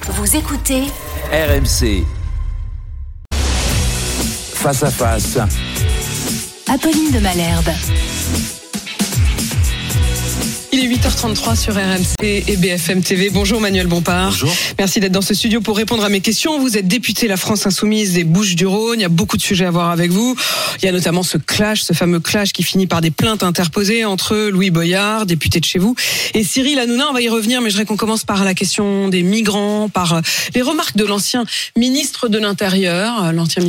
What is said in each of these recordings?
Vous écoutez RMC. Face à face. Apolline de Malherbe. Il est 8h33 sur RMC et BFM TV. Bonjour Manuel Bompard. Bonjour. Merci d'être dans ce studio pour répondre à mes questions. Vous êtes député La France Insoumise des Bouches-du-Rhône. Il y a beaucoup de sujets à voir avec vous. Il y a notamment ce fameux clash qui finit par des plaintes interposées entre Louis Boyard, député de chez vous, et Cyril Hanouna. On va y revenir, mais je voudrais qu'on commence par la question des migrants, par les remarques de l'ancien ministre de l'Intérieur,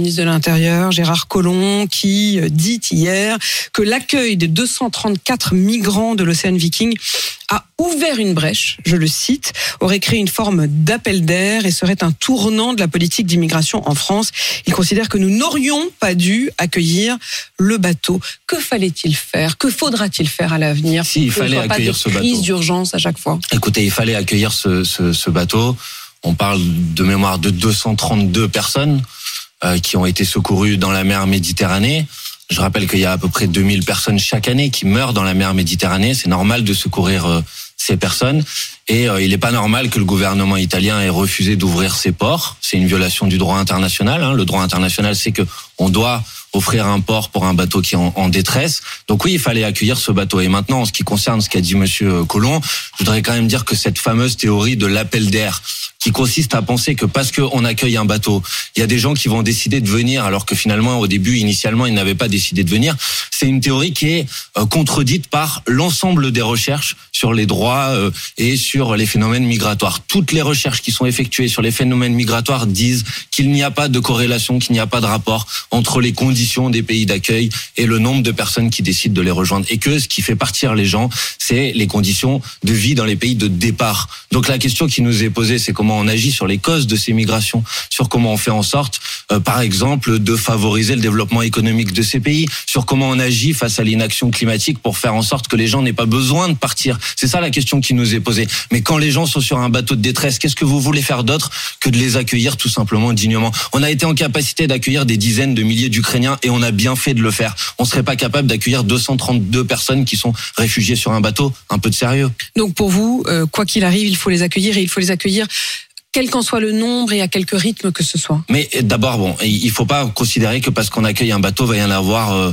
Gérard Collomb, qui dit hier que l'accueil des 234 migrants de l'Océan Viking a ouvert une brèche, je le cite, aurait créé une forme d'appel d'air et serait un tournant de la politique d'immigration en France. Il considère que nous n'aurions pas dû accueillir le bateau. Que fallait-il faire ? Que faudra-t-il faire à l'avenir ? Il fallait accueillir ce bateau. Crise d'urgence à chaque fois. Écoutez, il fallait accueillir ce bateau. On parle de mémoire de 232 personnes qui ont été secourues dans la mer Méditerranée. Je rappelle qu'il y a à peu près 2000 personnes chaque année qui meurent dans la mer Méditerranée. C'est normal de secourir ces personnes. Et il n'est pas normal que le gouvernement italien ait refusé d'ouvrir ses ports. C'est une violation du droit international. Le droit international, c'est que on doit offrir un port pour un bateau qui est en détresse. Donc oui, il fallait accueillir ce bateau. Et maintenant, en ce qui concerne ce qu'a dit monsieur Collomb, je voudrais quand même dire que cette fameuse théorie de l'appel d'air, qui consiste à penser que parce qu'on accueille un bateau, il y a des gens qui vont décider de venir, alors que finalement, au début, initialement, ils n'avaient pas décidé de venir. C'est une théorie qui est contredite par l'ensemble des recherches sur les droits et sur les phénomènes migratoires. Toutes les recherches qui sont effectuées sur les phénomènes migratoires disent qu'il n'y a pas de corrélation, qu'il n'y a pas de rapport entre les conditions des pays d'accueil et le nombre de personnes qui décident de les rejoindre. Et que ce qui fait partir les gens, c'est les conditions de vie dans les pays de départ. Donc la question qui nous est posée, c'est comment on agit sur les causes de ces migrations, sur comment on fait en sorte, par exemple, de favoriser le développement économique de ces pays, sur comment on agit face à l'inaction climatique pour faire en sorte que les gens n'aient pas besoin de partir. C'est ça la question qui nous est posée. Mais quand les gens sont sur un bateau de détresse, qu'est-ce que vous voulez faire d'autre que de les accueillir tout simplement dignement ? On a été en capacité d'accueillir des dizaines de milliers d'Ukrainiens et on a bien fait de le faire. On serait pas capable d'accueillir 232 personnes qui sont réfugiées sur un bateau ? Un peu de sérieux. Donc pour vous, quoi qu'il arrive, il faut les accueillir et il faut les accueillir quel qu'en soit le nombre et à quelque rythme que ce soit. Mais d'abord, il faut pas considérer que parce qu'on accueille un bateau, va y en avoir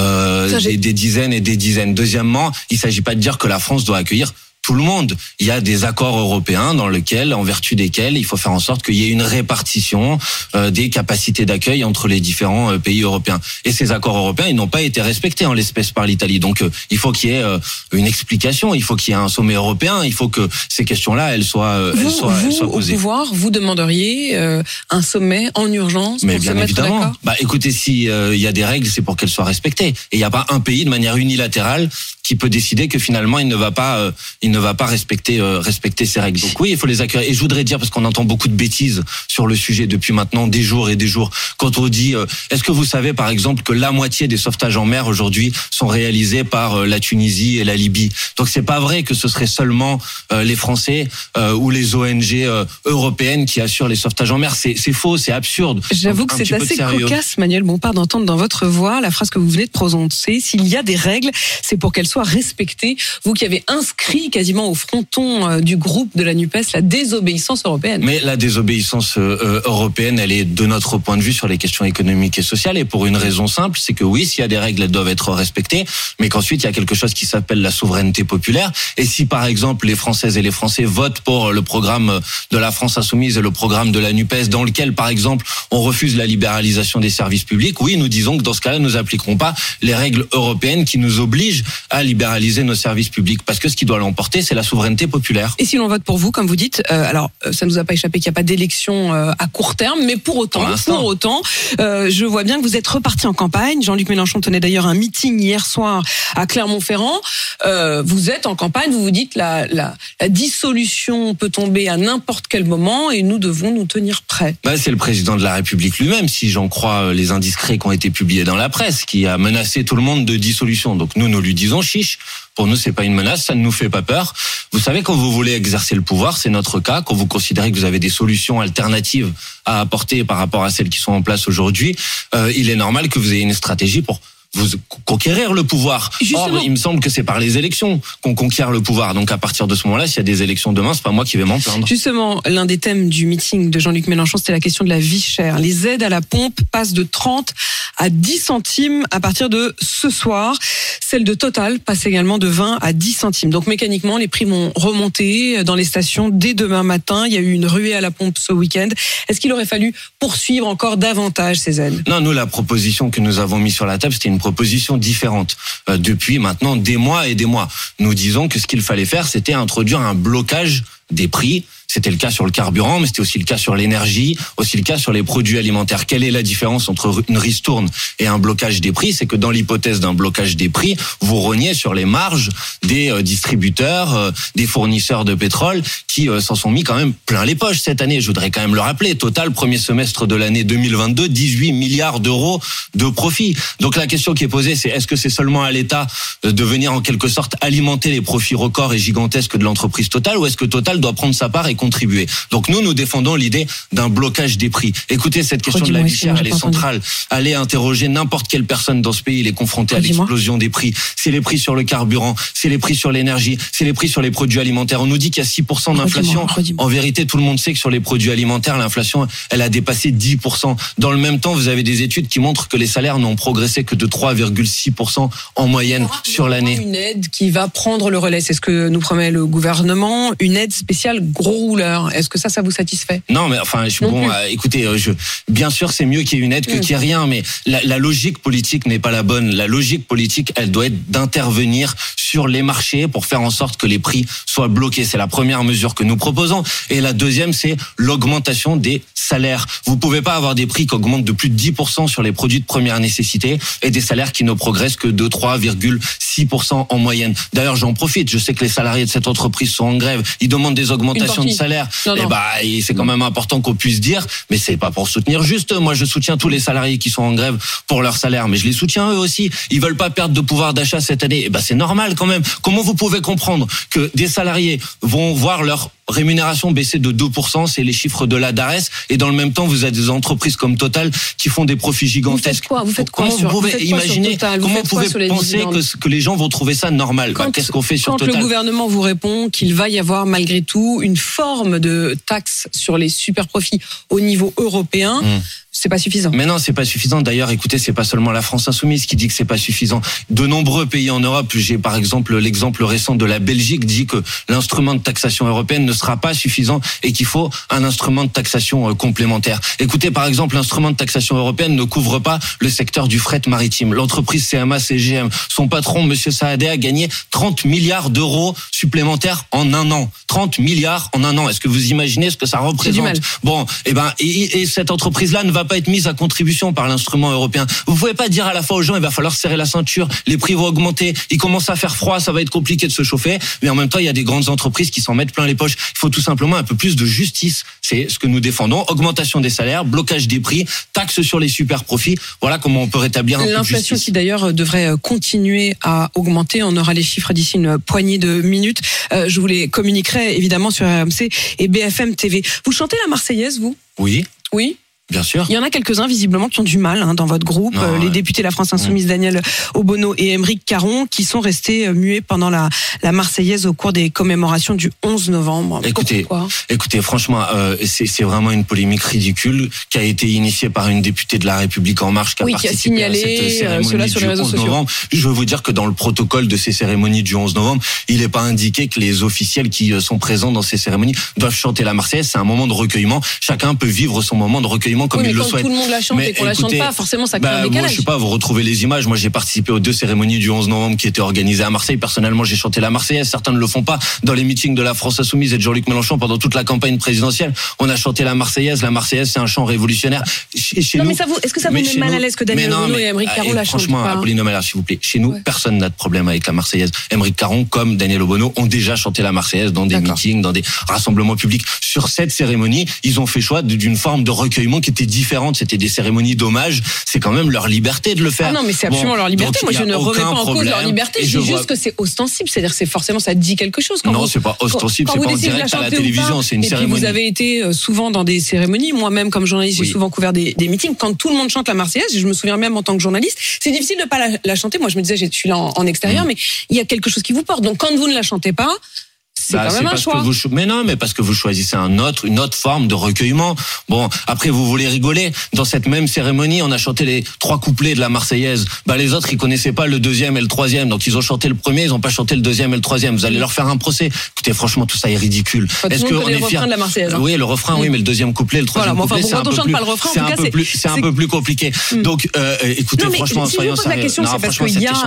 des dizaines et des dizaines. Deuxièmement, il s'agit pas de dire que la France doit accueillir tout le monde. Il y a des accords européens en vertu desquels il faut faire en sorte qu'il y ait une répartition des capacités d'accueil entre les différents pays européens. Et ces accords européens, ils n'ont pas été respectés en l'espèce par l'Italie. Donc il faut qu'il y ait une explication, il faut qu'il y ait un sommet européen, il faut que ces questions-là, elles soient posées. Au pouvoir, vous demanderiez un sommet en urgence pour se mettre d'accord ? Écoutez, si il y a des règles, c'est pour qu'elles soient respectées. Et il n'y a pas un pays de manière unilatérale qui peut décider que finalement il ne va pas respecter ces règles. Donc oui, il faut les accueillir. Et je voudrais dire, parce qu'on entend beaucoup de bêtises sur le sujet depuis maintenant des jours et des jours, quand on dit, est-ce que vous savez par exemple que la moitié des sauvetages en mer aujourd'hui sont réalisés par la Tunisie et la Libye. Donc c'est pas vrai que ce serait seulement les Français ou les ONG européennes qui assurent les sauvetages en mer. C'est faux, c'est absurde. J'avoue que c'est assez cocasse, Manuel Bompard, d'entendre dans votre voix la phrase que vous venez de prononcer. S'il y a des règles, c'est pour qu'elles soient respectées. Vous qui avez inscrit quasiment au fronton du groupe de la NUPES la désobéissance européenne. Mais la désobéissance européenne, elle est de notre point de vue sur les questions économiques et sociales, et pour une raison simple, c'est que oui, s'il y a des règles, elles doivent être respectées, mais qu'ensuite il y a quelque chose qui s'appelle la souveraineté populaire. Et si par exemple les Françaises et les Français votent pour le programme de la France Insoumise et le programme de la NUPES, dans lequel par exemple on refuse la libéralisation des services publics, oui, nous disons que dans ce cas-là, nous appliquerons pas les règles européennes qui nous obligent à libéraliser nos services publics, parce que ce qui doit l'emporter, c'est la souveraineté populaire. Et si l'on vote pour vous, comme vous dites, alors ça ne nous a pas échappé qu'il n'y a pas d'élection à court terme, mais pour autant, je vois bien que vous êtes reparti en campagne. Jean-Luc Mélenchon tenait d'ailleurs un meeting hier soir à Clermont-Ferrand. Vous êtes en campagne, vous vous dites la dissolution peut tomber à n'importe quel moment et nous devons nous tenir prêts. C'est le président de la République lui-même, si j'en crois les indiscrets qui ont été publiés dans la presse, qui a menacé tout le monde de dissolution. Donc nous lui disons chiche. Pour nous, c'est pas une menace, ça ne nous fait pas peur. Vous savez, quand vous voulez exercer le pouvoir, c'est notre cas, quand vous considérez que vous avez des solutions alternatives à apporter par rapport à celles qui sont en place aujourd'hui, il est normal que vous ayez une stratégie pour vous conquérir le pouvoir. Justement. Or, il me semble que c'est par les élections qu'on conquiert le pouvoir. Donc à partir de ce moment-là, s'il y a des élections demain, c'est pas moi qui vais m'en plaindre. Justement, l'un des thèmes du meeting de Jean-Luc Mélenchon, c'était la question de la vie chère. Les aides à la pompe passent de 30 à 10 centimes à partir de ce soir. Celle de Total passe également de 20 à 10 centimes. Donc mécaniquement, les prix vont remonter dans les stations dès demain matin. Il y a eu une ruée à la pompe ce week-end. Est-ce qu'il aurait fallu poursuivre encore davantage ces aides ? Non, nous, la proposition que nous avons mise sur la table, c'était une proposition différente. Depuis maintenant des mois et des mois, nous disons que ce qu'il fallait faire, c'était introduire un blocage des prix. C'était le cas sur le carburant, mais c'était aussi le cas sur l'énergie, aussi le cas sur les produits alimentaires. Quelle est la différence entre une ristourne et un blocage des prix ? C'est que dans l'hypothèse d'un blocage des prix, vous rognez sur les marges des distributeurs, des fournisseurs de pétrole qui s'en sont mis quand même plein les poches cette année. Je voudrais quand même le rappeler. Total, premier semestre de l'année 2022, 18 milliards d'euros de profit. Donc la question qui est posée, c'est est-ce que c'est seulement à l'État de venir en quelque sorte alimenter les profits records et gigantesques de l'entreprise Total, ou est-ce que Total doit prendre sa part et contribuer. Donc nous défendons l'idée d'un blocage des prix. Écoutez, cette question de la vie chère, elle est centrale. Allez interroger n'importe quelle personne dans ce pays, il est confronté à l'explosion des prix. C'est les prix sur le carburant, c'est les prix sur l'énergie, c'est les prix sur les produits alimentaires. On nous dit qu'il y a 6% d'inflation. En vérité, tout le monde sait que sur les produits alimentaires, l'inflation, elle a dépassé 10%. Dans le même temps, vous avez des études qui montrent que les salaires n'ont progressé que de 3,6% en moyenne sur l'année. Une aide qui va prendre le relais, c'est ce que nous promet le gouvernement, une aide spéciale gros rouleur. Est-ce que ça vous satisfait ? Non, mais enfin, écoutez, bien sûr, c'est mieux qu'il y ait une aide que qu'il n'y ait rien, mais la logique politique n'est pas la bonne. La logique politique, elle doit être d'intervenir sur les marchés pour faire en sorte que les prix soient bloqués. C'est la première mesure que nous proposons. Et la deuxième, c'est l'augmentation des salaires. Vous pouvez pas avoir des prix qui augmentent de plus de 10% sur les produits de première nécessité et des salaires qui ne progressent que de 3,6% en moyenne. D'ailleurs, j'en profite. Je sais que les salariés de cette entreprise sont en grève. Ils demandent des augmentations de salaire. Et c'est quand même important qu'on puisse dire, mais c'est pas pour soutenir juste. Moi, je soutiens tous les salariés qui sont en grève pour leur salaire, mais je les soutiens eux aussi. Ils veulent pas perdre de pouvoir d'achat cette année. C'est normal quand même. Comment vous pouvez comprendre que des salariés vont voir leur rémunération baisser de 2%, c'est les chiffres de la DARES, et dans le même temps, vous avez des entreprises comme Total qui font des profits gigantesques. Vous faites quoi Comment vous pouvez imaginer, comment vous pouvez penser que les gens vont trouver ça normal ? Qu'est-ce qu'on fait sur Total ? Quand le gouvernement vous répond qu'il va y avoir malgré tout une forme de taxe sur les super profits au niveau européen, c'est pas suffisant. Mais non, c'est pas suffisant. D'ailleurs, écoutez, c'est pas seulement la France insoumise qui dit que c'est pas suffisant. De nombreux pays en Europe, j'ai par exemple l'exemple récent de la Belgique, dit que l'instrument de taxation européenne ne sera pas suffisant et qu'il faut un instrument de taxation complémentaire. Écoutez, par exemple, l'instrument de taxation européenne ne couvre pas le secteur du fret maritime. L'entreprise CMA-CGM, son patron, Monsieur Saadé, a gagné 30 milliards d'euros supplémentaires en un an. 30 milliards en un an. Est-ce que vous imaginez ce que ça représente ? Bon, et cette entreprise-là ne va pas être mise à contribution par l'instrument européen. Vous pouvez pas dire à la fois aux gens, il va falloir serrer la ceinture, les prix vont augmenter, il commence à faire froid, ça va être compliqué de se chauffer, mais en même temps, il y a des grandes entreprises qui s'en mettent plein les poches. Il faut tout simplement un peu plus de justice. C'est ce que nous défendons. Augmentation des salaires, blocage des prix, taxe sur les super profits. Voilà comment on peut rétablir un peu de justice. L'inflation qui d'ailleurs devrait continuer à augmenter. On aura les chiffres d'ici une poignée de minutes. Je vous les communiquerai évidemment sur RMC et BFM TV. Vous chantez la Marseillaise, vous ? Oui. Oui. Bien sûr. Il y en a quelques-uns visiblement qui ont du mal dans votre groupe. Les députés La France Insoumise, Daniel Obono et Aymeric Caron, qui sont restés muets pendant la Marseillaise au cours des commémorations du 11 novembre. Écoutez, franchement, c'est vraiment une polémique ridicule qui a été initiée par une députée de La République En Marche qui a participé à cette cérémonie du 11 novembre. Je veux vous dire que dans le protocole de ces cérémonies du 11 novembre, il n'est pas indiqué que les officiels qui sont présents dans ces cérémonies doivent chanter la Marseillaise. C'est un moment de recueillement. Chacun peut vivre son moment de recueillement comme il le souhaite. Tout le monde la chante et qu'on la chante pas, forcément ça crée un décalage. Moi, je sais pas, vous retrouvez les images. Moi, j'ai participé aux 2 cérémonies du 11 novembre qui étaient organisées à Marseille. Personnellement, j'ai chanté la Marseillaise. Certains ne le font pas. Dans les meetings de la France Insoumise et de Jean-Luc Mélenchon pendant toute la campagne présidentielle, on a chanté la Marseillaise. La Marseillaise, c'est un chant révolutionnaire. Est-ce que ça vous met mal à l'aise que Daniel Obono et Aymeric Caron la chantent pas ? Franchement, Apolline Omeller, s'il vous plaît. Chez nous, personne n'a de problème avec la Marseillaise. Aymeric Caron, comme Daniel Obono, ont déjà chanté la Marseillaise dans des meetings, dans des rassemblements publics. Sur cette cérémonie, ils ont fait choix d'une forme de recueillement qui étaient différentes, c'était des cérémonies d'hommage, c'est quand même leur liberté de le faire. Ah non, mais c'est absolument leur liberté. Moi, je ne remets pas en cause leur liberté. Je dis juste que c'est ostensible. C'est-à-dire, c'est forcément, ça dit quelque chose. Non, c'est pas ostensible, c'est pas en direct à la télévision, c'est une cérémonie. Et puis, vous avez été souvent dans des cérémonies. Moi-même, comme journaliste, j'ai souvent couvert des meetings. Quand tout le monde chante la Marseillaise, je me souviens même en tant que journaliste, c'est difficile de pas la chanter. Moi, je me disais, je suis là en extérieur, mais il y a quelque chose qui vous porte. Donc, quand vous ne la chantez pas, c'est quand même un choix. Mais non, mais parce que vous choisissez une autre forme de recueillement. Bon, après vous voulez rigoler. Dans cette même cérémonie, on a chanté les 3 couplets de la Marseillaise. Les autres, ils connaissaient pas le 2e et le 3e, donc ils ont chanté le premier, ils ont pas chanté le 2e et le 3e. Vous allez leur faire un procès. Écoutez, franchement, tout ça est ridicule. Est-ce que on est fier de la Marseillaise, hein. Oui, le refrain, oui, mais le 2e couplet, le 3e couplet, c'est un peu plus compliqué. Donc, écoutez, non, franchement, soyons sérieux. La question, c'est parce qu'il y a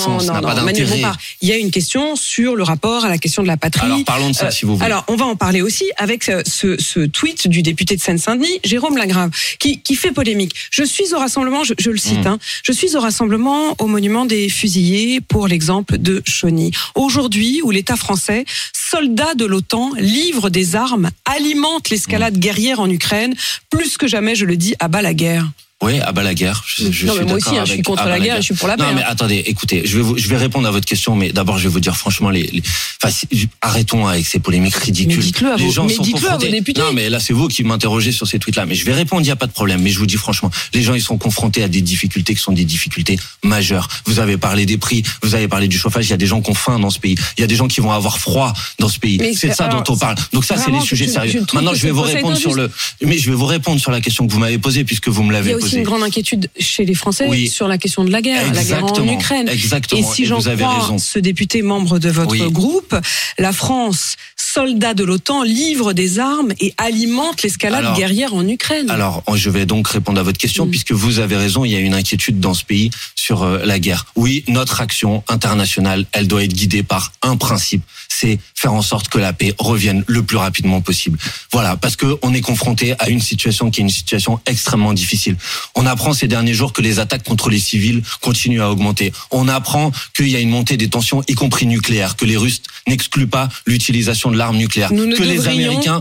il y a une question sur le rapport à la question de la patrie. Alors parlons de ça, si vous voulez. Alors on va en parler aussi avec ce tweet du député de Seine-Saint-Denis, Jérôme Lagrave, qui fait polémique. Je suis au rassemblement, je le cite, je suis au rassemblement au monument des fusillés pour l'exemple de Chauny. Aujourd'hui, où l'État français, soldat de l'OTAN, livre des armes, alimente l'escalade guerrière en Ukraine, plus que jamais, je le dis, abat la guerre. Oui, à bas la guerre. Je suis moi aussi, je suis contre la guerre et je suis pour la paix. Non, mais attendez, écoutez, je vais répondre à votre question, mais d'abord, je vais vous dire franchement, arrêtons avec ces polémiques ridicules. Mais dites-le à vos députés. Non, mais là, c'est vous qui m'interrogez sur ces tweets-là. Mais je vais répondre, il n'y a pas de problème. Mais je vous dis franchement, les gens, ils sont confrontés à des difficultés qui sont des difficultés majeures. Vous avez parlé des prix, vous avez parlé du chauffage. Il y a des gens qui ont faim dans ce pays. Il y a des gens qui vont avoir froid dans ce pays. C'est ça dont on parle. Donc ça, c'est les sujets sérieux. Maintenant, je vais vous répondre sur la question que vous m'avez posée, puisque vous me l'avez posée. Il y a aussi une grande inquiétude chez les Français sur la question de la guerre, la guerre en Ukraine. Exactement. Et si j'en crois ce député membre de votre groupe, la France, soldat de l'OTAN, livre des armes et alimente l'escalade guerrière en Ukraine. Alors, je vais donc répondre à votre question, puisque vous avez raison, il y a une inquiétude dans ce pays sur la guerre. Oui, notre action internationale, elle doit être guidée par un principe, c'est faire en sorte que la paix revienne le plus rapidement possible. Voilà, parce que on est confronté à une situation qui est une situation extrêmement difficile. On apprend ces derniers jours que les attaques contre les civils continuent à augmenter. On apprend qu'il y a une montée des tensions, y compris nucléaires, que les Russes n'excluent pas l'utilisation de l'arme nucléaire, que les Américains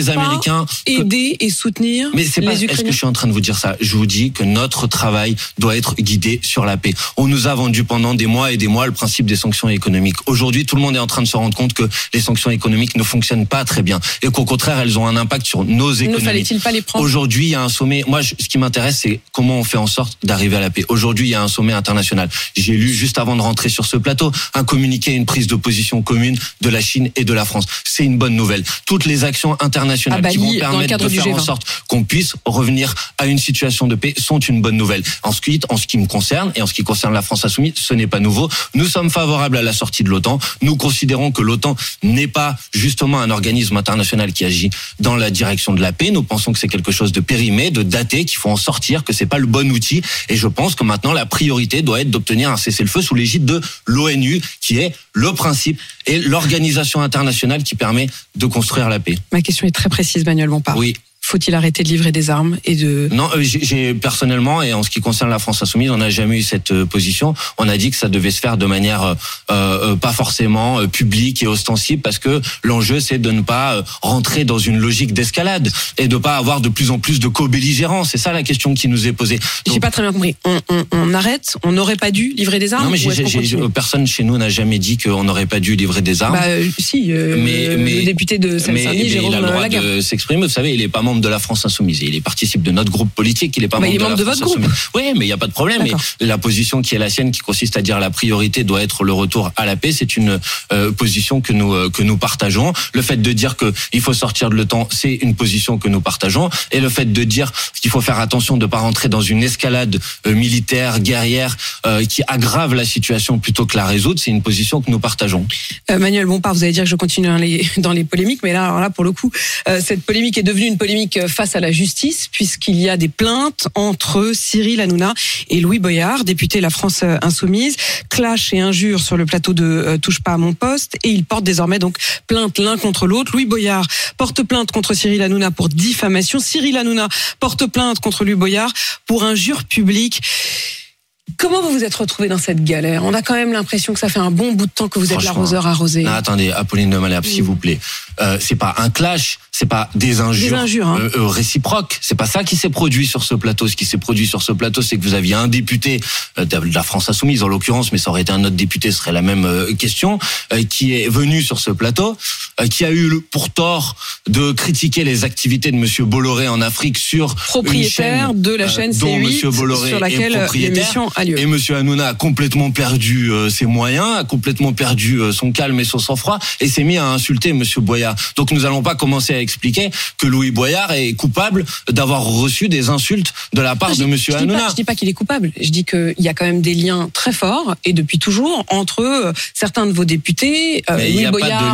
aider et soutenir les Ukrainiens. Est-ce que je suis en train de vous dire ça? Je vous dis que notre travail doit être guidé sur la paix. On nous a vendu pendant des mois et des mois le principe des sanctions économiques. Aujourd'hui, tout le monde est en train de se rendre compte que les sanctions économiques ne fonctionnent pas très bien et qu'au contraire, elles ont un impact sur nos économies. Ne fallait-il pas les prendre? Aujourd'hui, il y a un sommet. Moi, ce qui m'intéresse, c'est comment on fait en sorte d'arriver à la paix. Aujourd'hui, il y a un sommet international. J'ai lu juste avant de rentrer sur ce plateau un communiqué, une prise de position commune de la Chine et de la France. C'est une bonne nouvelle. Toutes les actions internationales qui vont permettre de faire en sorte qu'on puisse revenir à une situation de paix sont une bonne nouvelle. Ensuite, en ce qui me concerne et en ce qui concerne la France insoumise, ce n'est pas nouveau. Nous sommes favorables à la sortie de l'OTAN. Nous considérons que l'OTAN n'est pas justement un organisme international qui agit dans la direction de la paix. Nous pensons que c'est quelque chose de périmé, de daté, qu'il faut en sortir, que c'est pas le bon outil. Et je pense que maintenant la priorité doit être d'obtenir un cessez-le-feu sous l'égide de l'ONU, qui est le principe et l'organisation internationale qui permet de construire la paix. Ma question est très précise, Manuel Bompard. Oui. Faut-il arrêter de livrer des armes et de... Non, j'ai personnellement, et en ce qui concerne la France insoumise, on n'a jamais eu cette position. On a dit que ça devait se faire de manière pas forcément publique et ostensible, parce que l'enjeu, c'est de ne pas rentrer dans une logique d'escalade et de pas avoir de plus en plus de co-belligérants. C'est ça la question qui nous est posée. J'ai pas très bien compris. On arrête? On n'aurait pas dû livrer des armes? Non, mais personne chez nous n'a jamais dit qu'on n'aurait pas dû livrer des armes. Le député de Seine-Saint-Denis, Jérôme Lagrave, il a le droit de s'exprimer. Vous savez, il est pas membre de la France insoumise. Il participe de notre groupe politique, il est pas membre de la France insoumise. Oui, mais il n'y a pas de problème. Et la position qui est la sienne, qui consiste à dire la priorité doit être le retour à la paix, c'est une position que nous partageons. Le fait de dire qu'il faut sortir de l'OTAN, c'est une position que nous partageons. Et le fait de dire qu'il faut faire attention de ne pas rentrer dans une escalade militaire, guerrière, qui aggrave la situation plutôt que la résoudre, c'est une position que nous partageons. Manuel Bompard, vous allez dire que je continue dans les polémiques, mais là, pour le coup, cette polémique est devenue une polémique face à la justice, puisqu'il y a des plaintes entre Cyril Hanouna et Louis Boyard, député La France Insoumise, clash et injures sur le plateau de Touche pas à mon poste, et ils portent désormais donc plainte l'un contre l'autre. Louis Boyard porte plainte contre Cyril Hanouna pour diffamation. Cyril Hanouna porte plainte contre Louis Boyard pour injure publique. Comment vous vous êtes retrouvé dans cette galère? On a quand même l'impression que ça fait un bon bout de temps que vous êtes l'arroseur arrosé. Non, attendez, Apolline de Malherbe, s'il vous plaît. C'est pas un clash, c'est pas des injures, hein. Réciproques. C'est pas ça qui s'est produit sur ce plateau. Ce qui s'est produit sur ce plateau, c'est que vous aviez un député de la France Insoumise en l'occurrence, mais ça aurait été un autre député, ce serait la même question, qui est venu sur ce plateau, qui a eu pour tort de critiquer les activités de Monsieur Bolloré en Afrique sur propriétaire une chaîne, de la chaîne dont C8 Monsieur Bolloré sur laquelle l'émission a lieu. Et Monsieur Hanouna a complètement perdu ses moyens, a complètement perdu son calme et son sang-froid, et s'est mis à insulter Monsieur Boyard. Donc nous allons pas commencer à expliquer que Louis Boyard est coupable d'avoir reçu des insultes de la part de Monsieur Hanouna. Je dis pas qu'il est coupable. Je dis qu'il y a quand même des liens très forts et depuis toujours entre certains de vos députés, Louis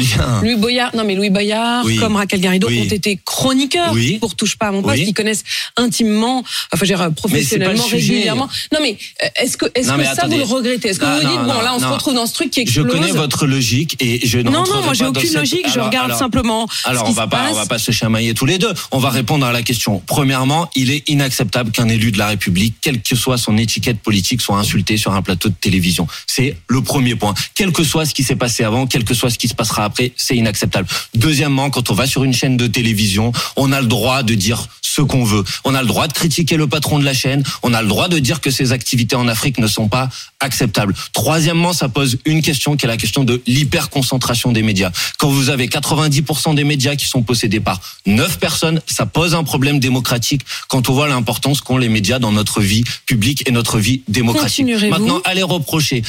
Boyard, oui. comme Raquel Garrido, ont été chroniqueurs pour Touche pas à mon poste, qui connaissent intimement, professionnellement, régulièrement. Non mais est-ce que ça vous le regrettez? Est-ce que vous vous dites là on se retrouve dans ce truc qui explose? Je connais votre logique et je ne rentrerai pas moi j'ai dans aucune logique. Je regarde simplement. Alors on va pas se chamailler tous les deux. On va répondre à la question. Premièrement, il est inacceptable qu'un élu de la République, quelle que soit son étiquette politique, soit insulté sur un plateau de télévision. C'est le premier point. Quel que soit ce qui s'est passé avant, quel que soit ce qui se passera après, c'est inacceptable. Deuxièmement, quand on va sur une chaîne de télévision, on a le droit de dire ce qu'on veut. On a le droit de critiquer le patron de la chaîne. On a le droit de dire que ses activités en Afrique ne sont pas acceptables. Troisièmement, ça pose une question qui est la question de l'hyperconcentration des médias. Quand vous avez 90% des médias qui sont possédés par 9 personnes, ça pose un problème démocratique quand on voit l'importance qu'ont les médias dans notre vie publique et notre vie démocratique. Maintenant, allez reprocher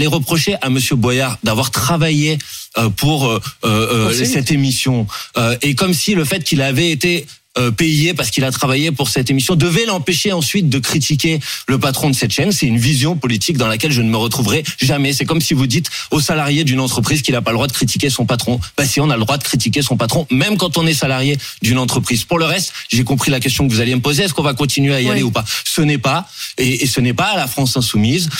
à Monsieur Boyard d'avoir travaillé pour cette émission et comme si le fait qu'il avait été payé parce qu'il a travaillé pour cette émission devait l'empêcher ensuite de critiquer le patron de cette chaîne. C'est une vision politique dans laquelle je ne me retrouverai jamais. C'est comme si vous dites aux salariés d'une entreprise qu'il n'a pas le droit de critiquer son patron. Si, on a le droit de critiquer son patron, même quand on est salarié d'une entreprise. Pour le reste, j'ai compris la question que vous alliez me poser. Est-ce qu'on va continuer à y aller ou pas? Ce n'est pas, et ce n'est pas à la France Insoumise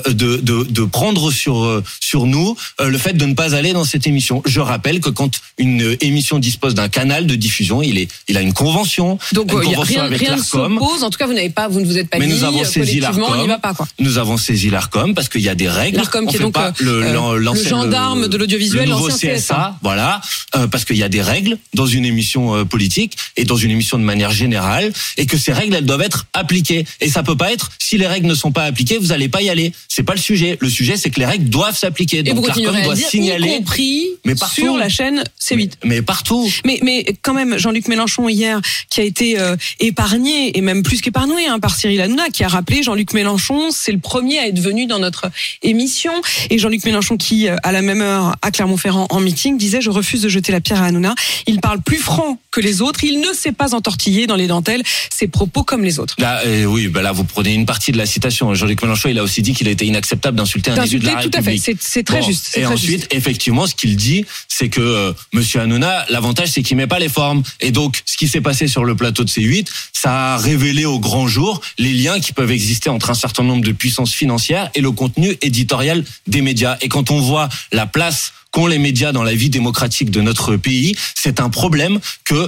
de prendre sur nous le fait de ne pas aller dans cette émission. Je rappelle que quand une émission dispose d'un canal de diffusion, il a une convention. Donc rien ne s'oppose. En tout cas, vous ne vous êtes pas dit. Mais nous avons saisi l'Arcom. On n'y va pas, quoi. Nous avons saisi l'Arcom parce qu'il y a des règles. L'Arcom qui est donc le gendarme de l'audiovisuel, le nouveau CSA. Voilà, parce qu'il y a des règles dans une émission politique et dans une émission de manière générale, et que ces règles elles doivent être appliquées. Et ça peut pas être si les règles ne sont pas appliquées, vous allez pas y aller. C'est pas le sujet. Le sujet, c'est que les règles doivent s'appliquer. Donc l'Arcom doit signaler, y compris sur la chaîne C8. Mais partout. Mais quand même, Jean-Luc Mélenchon hier, qui a été épargné, et même plus qu'épargné par Cyril Hanouna, qui a rappelé Jean-Luc Mélenchon, c'est le premier à être venu dans notre émission. Et Jean-Luc Mélenchon qui, à la même heure, à Clermont-Ferrand, en meeting, disait « Je refuse de jeter la pierre à Hanouna. Il parle plus franc que les autres. Il ne s'est pas entortillé dans les dentelles. Ses propos comme les autres. » Là, là, vous prenez une partie de la citation. Jean-Luc Mélenchon, il a aussi dit qu'il était inacceptable d'insulter un élu de la République. Tout à fait. C'est très juste. Et ensuite, effectivement, ce qu'il dit, c'est que Monsieur Hanouna, l'avantage, c'est qu'il met pas les formes. Et donc, ce qui s'est passé sur le plateau de C8, ça a révélé au grand jour les liens qui peuvent exister entre un certain nombre de puissances financières et le contenu éditorial des médias. Et quand on voit la place qu'ont les médias dans la vie démocratique de notre pays, c'est un problème que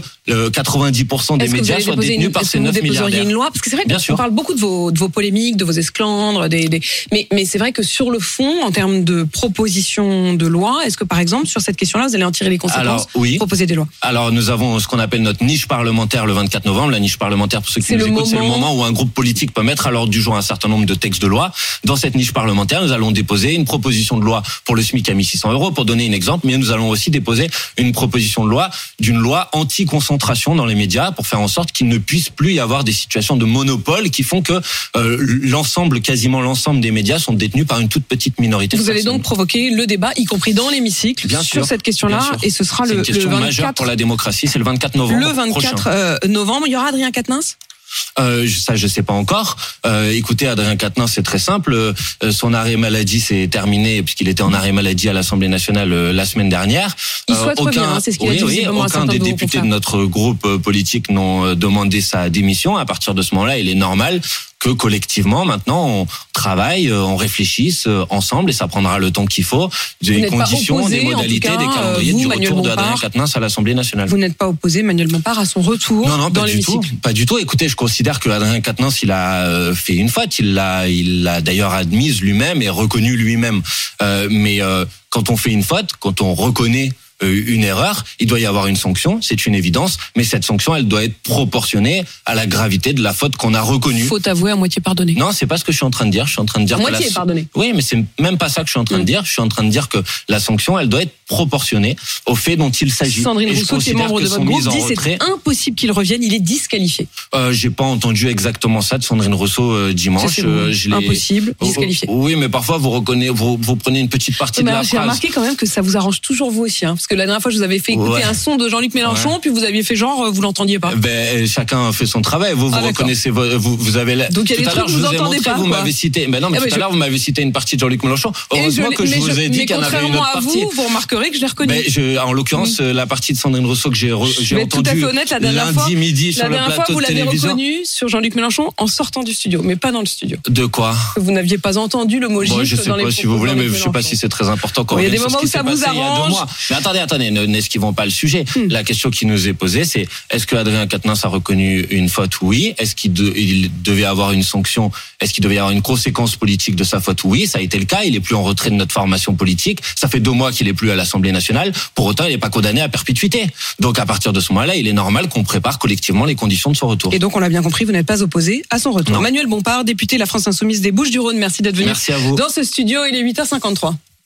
90% des médias soient détenus par ces 9 milliardaires. Est-ce que vous déposeriez une loi? Parce que c'est vrai qu'on parle beaucoup de vos polémiques, de vos esclandres, mais c'est vrai que sur le fond, en termes de proposition de loi, est-ce que par exemple, sur cette question-là, vous allez en tirer les conséquences, proposer des lois? Alors, nous avons ce qu'on appelle notre niche parlementaire le 24 novembre. La niche parlementaire, pour ceux qui nous écoutent, c'est le moment où un groupe politique peut mettre à l'ordre du jour un certain nombre de textes de loi. Dans cette niche parlementaire, nous allons déposer une proposition de loi pour le SMIC à 1600 €, pour donner un exemple, mais nous allons aussi déposer une proposition de loi d'une loi anti-concentration dans les médias pour faire en sorte qu'il ne puisse plus y avoir des situations de monopole qui font que quasiment l'ensemble des médias sont détenus par une toute petite minorité. Vous allez donc provoquer le débat, y compris dans l'hémicycle, sur cette question-là, et ce sera le 24 majeure pour la démocratie, c'est le 24 novembre. Le 24 novembre, il y aura Adrien Quatennens? Ça, je sais pas encore. Écoutez, Adrien Quatennens, c'est très simple. Son arrêt maladie s'est terminé puisqu'il était en arrêt maladie à l'Assemblée nationale la semaine dernière. Il souhaite revenir, c'est ce qu'il a dit. Aucun des députés de notre groupe politique n'ont demandé sa démission. À partir de ce moment-là, il est normal que collectivement, maintenant, on travaille, on réfléchisse ensemble, et ça prendra le temps qu'il faut, des conditions, des modalités, des calendriers du retour d'Adrien Quatennens à l'Assemblée nationale. Vous n'êtes pas opposé, Manuel Bompard, à son retour dans l'hémicycle? Pas du tout. Écoutez, je considère que Adrien Quatennens, il a fait une faute. Il l'a d'ailleurs admise lui-même et reconnu lui-même. Mais quand on fait une faute, quand on reconnaît une erreur, il doit y avoir une sanction, c'est une évidence, mais cette sanction, elle doit être proportionnée à la gravité de la faute qu'on a reconnue. Faute avouée à moitié pardonnée. Non, c'est pas ce que je suis en train de dire. Je suis en train de dire à moitié pardonnée. Oui, mais c'est même pas ça que je suis en train de dire. Je suis en train de dire que la sanction, elle doit être proportionnée au fait dont il s'agit. Sandrine Rousseau, qui est membre de votre groupe, dit c'est impossible qu'il revienne, il est disqualifié. J'ai pas entendu exactement ça de Sandrine Rousseau dimanche. Impossible, disqualifié. Oui, mais parfois vous prenez une petite partie de la phrase. J'ai remarqué quand même que ça vous arrange toujours vous aussi, parce que la dernière fois je vous avais fait écouter un son de Jean-Luc Mélenchon, puis vous aviez fait genre vous l'entendiez pas. Chacun fait son travail. Vous reconnaissez, vous avez. Donc il y a des trucs que vous entendez pas. Vous m'avez cité. Mais non, mais tout à l'heure vous m'avez cité une partie de Jean-Luc Mélenchon. Heureusement que je vous ai dit qu'il y en avait une autre partie. Vous remarquerez que je l'ai reconnu. En l'occurrence, la partie de Sandrine Rousseau que j'ai entendue tout à fait honnête, lundi midi sur le plateau de télévision. La dernière fois, vous l'avez reconnu sur Jean-Luc Mélenchon en sortant du studio, mais pas dans le studio. De quoi? Vous n'aviez pas entendu le mot gifle. Je sais pas si vous voulez, mais je sais pas si c'est très important. Il y a des moments où ça vous arrange. Mais attendez, n'esquivons pas le sujet. La question qui nous est posée, c'est est-ce que Adrien Quatennens a reconnu une faute? Oui. Est-ce qu'il devait avoir une sanction? Est-ce qu'il devait y avoir une conséquence politique de sa faute? Oui, ça a été le cas. Il est plus en retrait de notre formation politique. Ça fait 2 mois qu'il est plus à l'Assemblée nationale. Pour autant, il n'est pas condamné à perpétuité. Donc à partir de ce moment-là, il est normal qu'on prépare collectivement les conditions de son retour. Et donc on l'a bien compris, vous n'êtes pas opposé à son retour. Non. Manuel Bompard, député La France Insoumise des Bouches-du-Rhône, merci d'être venu. Merci à vous. Dans ce studio, il est 8h53.